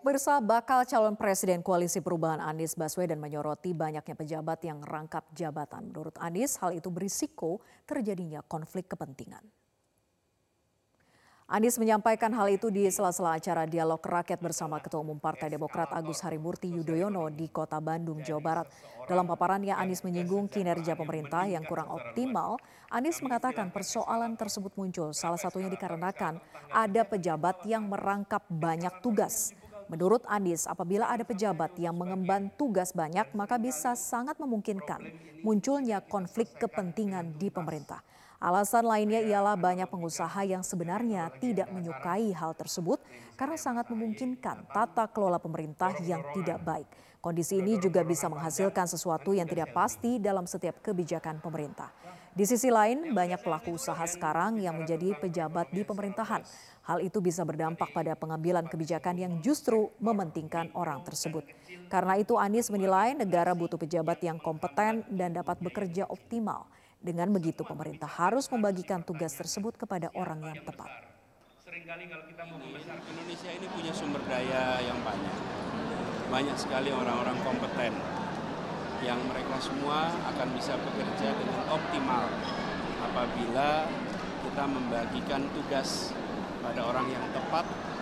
Pemirsa, bakal calon presiden Koalisi Perubahan Anies Baswedan menyoroti banyaknya pejabat yang rangkap jabatan. Menurut Anies, hal itu berisiko terjadinya konflik kepentingan. Anies menyampaikan hal itu di sela-sela acara Dialog Rakyat bersama Ketua Umum Partai Demokrat Agus Harimurti Yudhoyono di Kota Bandung, Jawa Barat. Dalam paparannya, Anies menyinggung kinerja pemerintah yang kurang optimal. Anies mengatakan persoalan tersebut muncul salah satunya dikarenakan ada pejabat yang merangkap banyak tugas. Menurut Anies, apabila ada pejabat yang mengemban tugas banyak, maka bisa sangat memungkinkan munculnya konflik kepentingan di pemerintah. Alasan lainnya ialah banyak pengusaha yang sebenarnya tidak menyukai hal tersebut karena sangat memungkinkan tata kelola pemerintah yang tidak baik. Kondisi ini juga bisa menghasilkan sesuatu yang tidak pasti dalam setiap kebijakan pemerintah. Di sisi lain, banyak pelaku usaha sekarang yang menjadi pejabat di pemerintahan. Hal itu bisa berdampak pada pengambilan kebijakan yang justru mementingkan orang tersebut. Karena itu Anies menilai negara butuh pejabat yang kompeten dan dapat bekerja optimal. Dengan begitu pemerintah harus membagikan tugas tersebut kepada orang yang tepat. Seringkali kalau kita mau membesar, Indonesia ini punya sumber daya yang banyak. Banyak sekali orang-orang kompeten yang mereka semua akan bisa bekerja dengan optimal apabila kita membagikan tugas pada orang yang tepat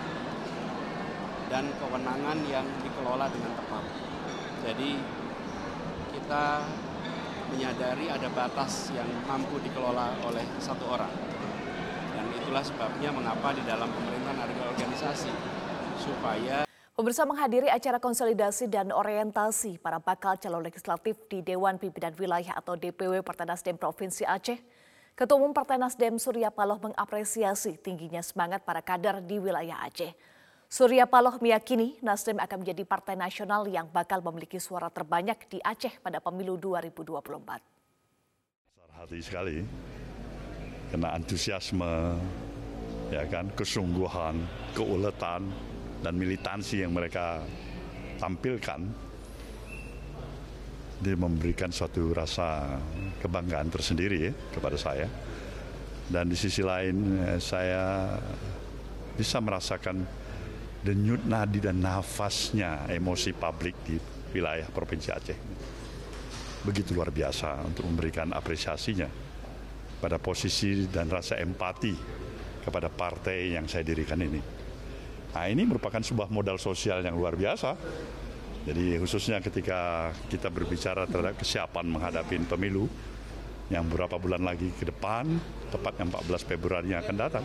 dan kewenangan yang dikelola dengan tepat. Jadi kita menyadari ada batas yang mampu dikelola oleh satu orang. Dan itulah sebabnya mengapa di dalam pemerintahan ada organisasi supaya Pemirsa menghadiri acara konsolidasi dan orientasi para bakal calon legislatif di Dewan Pimpinan Wilayah atau DPW Partai Nasdem Provinsi Aceh. Ketua Umum Partai Nasdem Surya Paloh mengapresiasi tingginya semangat para kader di wilayah Aceh. Surya Paloh meyakini Nasdem akan menjadi partai nasional yang bakal memiliki suara terbanyak di Aceh pada pemilu 2024. Hati sekali, karena antusiasme, ya kan, kesungguhan, keuletan, dan militansi yang mereka tampilkan, dia memberikan suatu rasa kebanggaan tersendiri kepada saya. Dan di sisi lain saya bisa merasakan denyut nadi dan nafasnya emosi publik di wilayah Provinsi Aceh. Begitu luar biasa untuk memberikan apresiasinya pada posisi dan rasa empati kepada partai yang saya dirikan ini. Nah, ini merupakan sebuah modal sosial yang luar biasa. Jadi khususnya ketika kita berbicara terhadap kesiapan menghadapi pemilu yang beberapa bulan lagi ke depan, tepatnya 14 Februari yang akan datang.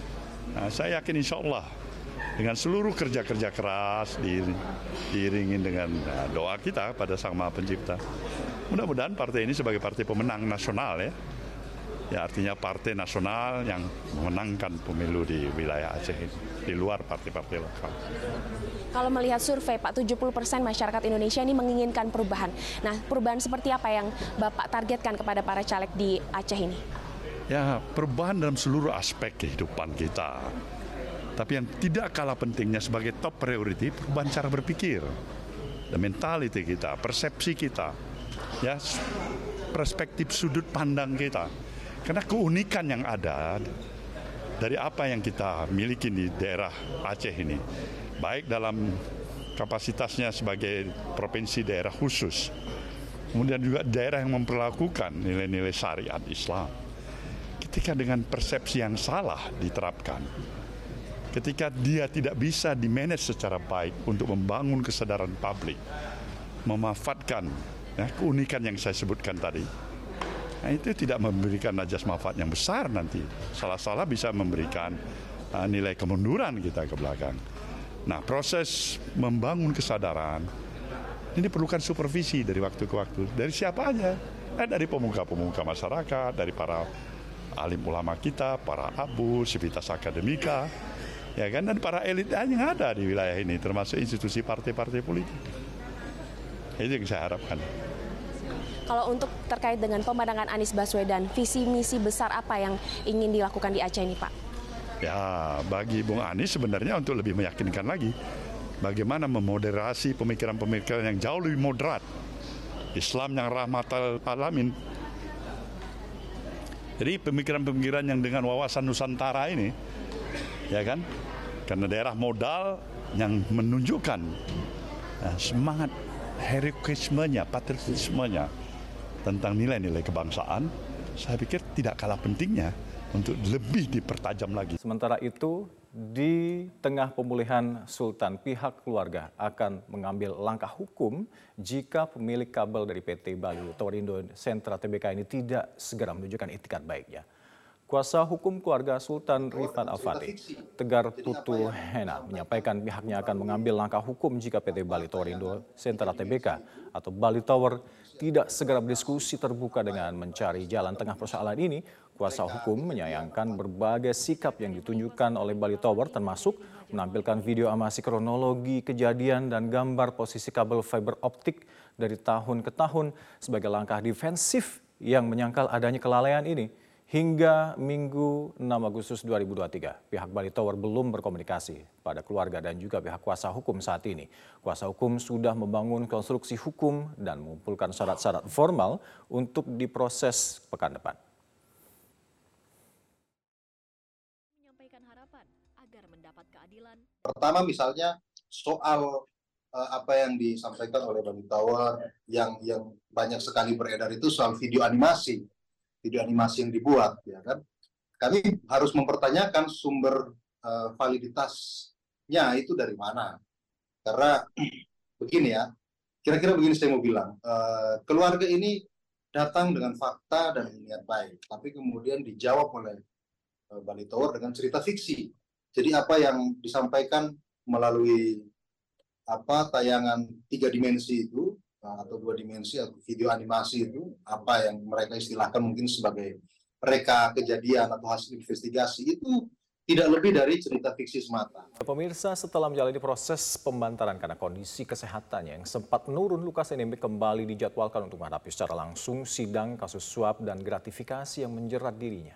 Nah, saya yakin insya Allah dengan seluruh kerja-kerja keras diiringi dengan doa kita pada Sang Maha Pencipta. Mudah-mudahan partai ini sebagai partai pemenang nasional ya. Ya, artinya partai nasional yang memenangkan pemilu di wilayah Aceh ini, di luar partai-partai lokal. Kalau melihat survei Pak, 70% masyarakat Indonesia ini menginginkan perubahan. Nah, perubahan seperti apa yang Bapak targetkan kepada para caleg di Aceh ini? Ya, perubahan dalam seluruh aspek kehidupan kita. Tapi yang tidak kalah pentingnya sebagai top priority, perubahan cara berpikir. Dan mentality kita, persepsi kita, ya, perspektif sudut pandang kita. Karena keunikan yang ada dari apa yang kita miliki di daerah Aceh ini, baik dalam kapasitasnya sebagai provinsi daerah khusus, kemudian juga daerah yang memperlakukan nilai-nilai syariat Islam. Ketika dengan persepsi yang salah diterapkan, ketika dia tidak bisa dimanage secara baik untuk membangun kesadaran publik, memanfaatkan keunikan yang saya sebutkan tadi, nah, itu tidak memberikan ajas manfaat yang besar nanti. Salah-salah bisa memberikan nilai kemunduran kita ke belakang. Nah, proses membangun kesadaran ini perlukan supervisi dari waktu ke waktu. Dari siapa aja? Dari pemuka-pemuka masyarakat, dari para alim ulama kita, para abu, sivitas akademika, ya kan, dan para elit yang ada di wilayah ini, termasuk institusi partai-partai politik. Itu yang saya harapkan. Kalau untuk terkait dengan pemandangan Anies Baswedan, visi misi besar apa yang ingin dilakukan di Aceh ini, Pak? Ya, bagi Bung Anies sebenarnya untuk lebih meyakinkan lagi bagaimana memoderasi pemikiran-pemikiran yang jauh lebih moderat. Islam yang rahmatal alamin. Jadi pemikiran-pemikiran yang dengan wawasan Nusantara ini, ya kan? Karena daerah modal yang menunjukkan semangat heroismenya, patriotismenya tentang nilai-nilai kebangsaan, saya pikir tidak kalah pentingnya untuk lebih dipertajam lagi. Sementara itu, di tengah pemulihan Sultan, pihak keluarga akan mengambil langkah hukum jika pemilik kabel dari PT Bali Towerindo Sentra Tbk ini tidak segera menunjukkan itikat baiknya. Kuasa hukum keluarga Sultan Rifat Al-Fatih, Tegar Putu Hena, menyampaikan pihaknya akan mengambil langkah hukum jika PT Bali Towerindo Sentra Tbk atau Bali Tower tidak segera berdiskusi terbuka dengan mencari jalan tengah persoalan ini. Kuasa hukum menyayangkan berbagai sikap yang ditunjukkan oleh Bali Tower, termasuk menampilkan video amasi kronologi kejadian dan gambar posisi kabel fiber optik dari tahun ke tahun sebagai langkah defensif yang menyangkal adanya kelalaian ini. Hingga Minggu 6 Agustus 2023, pihak Bali Tower belum berkomunikasi pada keluarga dan juga pihak kuasa hukum saat ini. Kuasa hukum sudah membangun konstruksi hukum dan mengumpulkan syarat-syarat formal untuk diproses pekan depan. Menyampaikan harapan agar mendapat keadilan. Pertama misalnya soal apa yang disampaikan oleh Bali Tower yang banyak sekali beredar itu soal video animasi yang dibuat, ya kan? Kami harus mempertanyakan sumber validitasnya itu dari mana. Karena begini ya, kira-kira begini saya mau bilang, keluarga ini datang dengan fakta dan niat baik, tapi kemudian dijawab oleh Bali Tower dengan cerita fiksi. Jadi apa yang disampaikan melalui tayangan 3 dimensi itu, atau 2 dimensi atau video animasi itu, apa yang mereka istilahkan mungkin sebagai reka kejadian atau hasil investigasi, itu tidak lebih dari cerita fiksi semata. Pemirsa, setelah menjalani proses pembantaran karena kondisi kesehatannya yang sempat menurun, Lukas NMB kembali dijadwalkan untuk menghadapi secara langsung sidang kasus suap dan gratifikasi yang menjerat dirinya.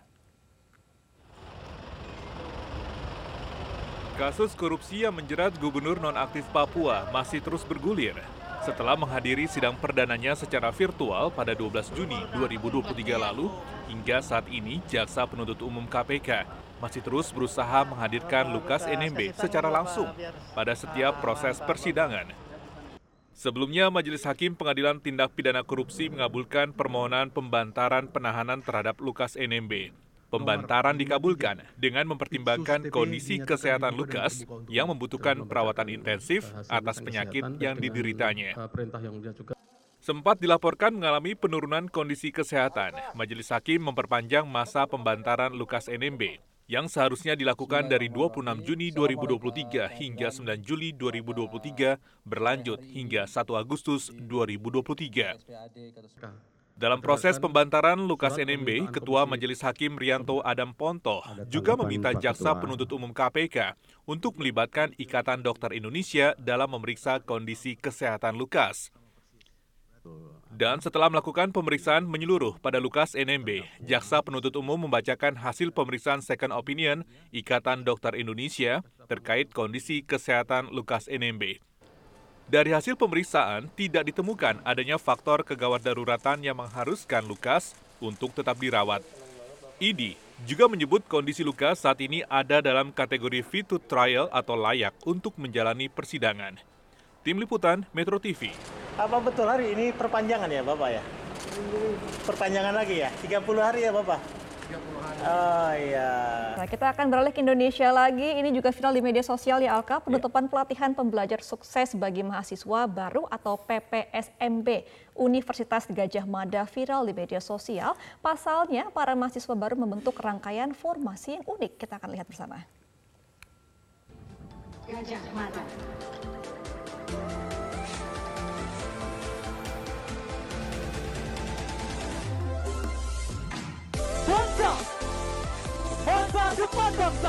Kasus korupsi yang menjerat gubernur nonaktif Papua masih terus bergulir. Setelah menghadiri sidang perdananya secara virtual pada 12 Juni 2023 lalu, hingga saat ini Jaksa Penuntut Umum KPK masih terus berusaha menghadirkan Lukas NMB secara langsung pada setiap proses persidangan. Sebelumnya, Majelis Hakim Pengadilan Tindak Pidana Korupsi mengabulkan permohonan pembantaran penahanan terhadap Lukas NMB. Pembantaran dikabulkan dengan mempertimbangkan kondisi kesehatan Lukas yang membutuhkan perawatan intensif atas penyakit yang dideritanya. Sempat dilaporkan mengalami penurunan kondisi kesehatan, Majelis Hakim memperpanjang masa pembantaran Lukas NMB yang seharusnya dilakukan dari 26 Juni 2023 hingga 9 Juli 2023 berlanjut hingga 1 Agustus 2023. Dalam proses pembantaran Lukas NMB, Ketua Majelis Hakim Rianto Adam Pontoh juga meminta Jaksa Penuntut Umum KPK untuk melibatkan Ikatan Dokter Indonesia dalam memeriksa kondisi kesehatan Lukas. Dan setelah melakukan pemeriksaan menyeluruh pada Lukas NMB, Jaksa Penuntut Umum membacakan hasil pemeriksaan second opinion Ikatan Dokter Indonesia terkait kondisi kesehatan Lukas NMB. Dari hasil pemeriksaan, tidak ditemukan adanya faktor kegawat daruratan yang mengharuskan Lukas untuk tetap dirawat. ID juga menyebut kondisi Lukas saat ini ada dalam kategori fit to trial atau layak untuk menjalani persidangan. Tim Liputan Metro TV. Apa betul hari ini perpanjangan ya Bapak ya? Perpanjangan lagi ya? 30 hari ya Bapak? 30 hari. Oh iya. Nah, kita akan beralih ke Indonesia lagi. Ini juga viral di media sosial ya Alka. Penutupan pelatihan pembelajar sukses bagi mahasiswa baru atau PPSMB Universitas Gadjah Mada viral di media sosial. Pasalnya para mahasiswa baru membentuk rangkaian formasi yang unik. Kita akan lihat bersama. Gadjah Mada. Bangsa depan bangsa.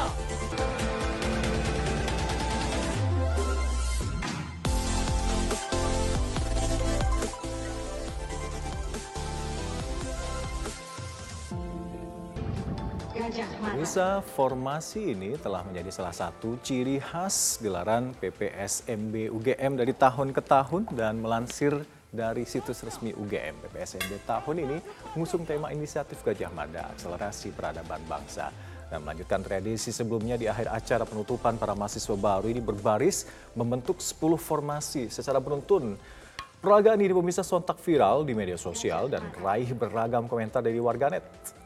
Bisa formasi ini telah menjadi salah satu ciri khas gelaran PPSMB UGM dari tahun ke tahun dan melansir dari situs resmi UGM. PPSMB tahun ini mengusung tema inisiatif Gadjah Mada, akselerasi peradaban bangsa. Dan melanjutkan tradisi sebelumnya di akhir acara penutupan, para mahasiswa baru ini berbaris membentuk 10 formasi secara beruntun. Peragaan ini pemirsa sontak viral di media sosial dan raih beragam komentar dari warganet.